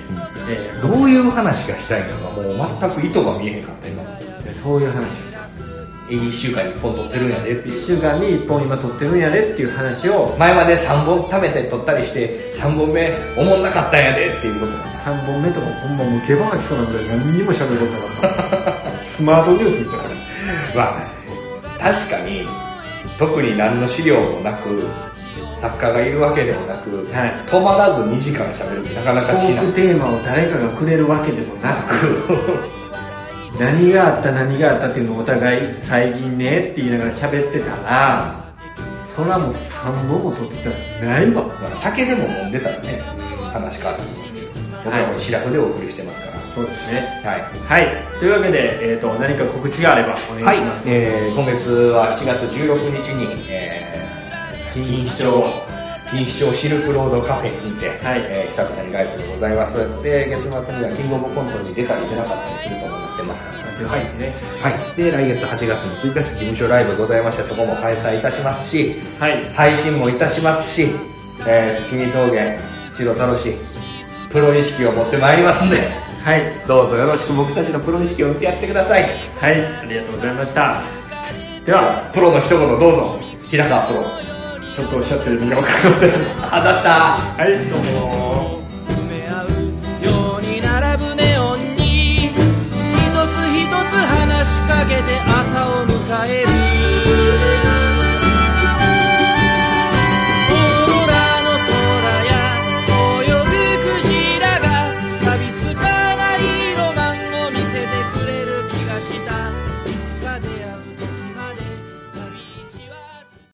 どういう話がしたいのかもう全く意図が見えへんかった今。 そういう話です。 1週間に1本撮ってるんやでって 1週間に1本今撮ってるんやでっていう話を、 前まで3本食べて撮ったりして3本目おもんなかったんやでっていうことなんです。 3本目とかほんまもう毛羽がきそうなぐらい何にも喋ることなかったスマートニュースみたいな。 まあ確かに特に何の資料もなく作家がいるわけでもなく、はい、止まらず2時間喋るってなかなかしない。 トークテーマを誰かがくれるわけでもなく何があったっていうのをお互い最近ねって言いながら喋ってたら、そらもう3本も撮ってたらないわ。 酒でも飲んでたらね話変わってきますけど、僕はシラフでお送りしてますから。 そうですね。はい、はい、というわけで、何か告知があればお願いします。 はい、今月は7月16日に、錦糸町シルクロードカフェにて、はい、久々にライブでございます。で月末にはキングオブコントに出たり出なかったりすると思ってますから、 はいですね。 はい。で来月8月に1日事務所ライブございまして、そこも開催いたしますし、はい、配信もいたしますし、月見峠白楽しいプロ意識を持ってまいりますんで、はい、どうぞよろしく僕たちのプロ意識を見てやってください。 はい、ありがとうございました。ではプロの一言どうぞ。平川プロちょっとおっしゃってる意味が分かりません。 あざした。 はい、どうも。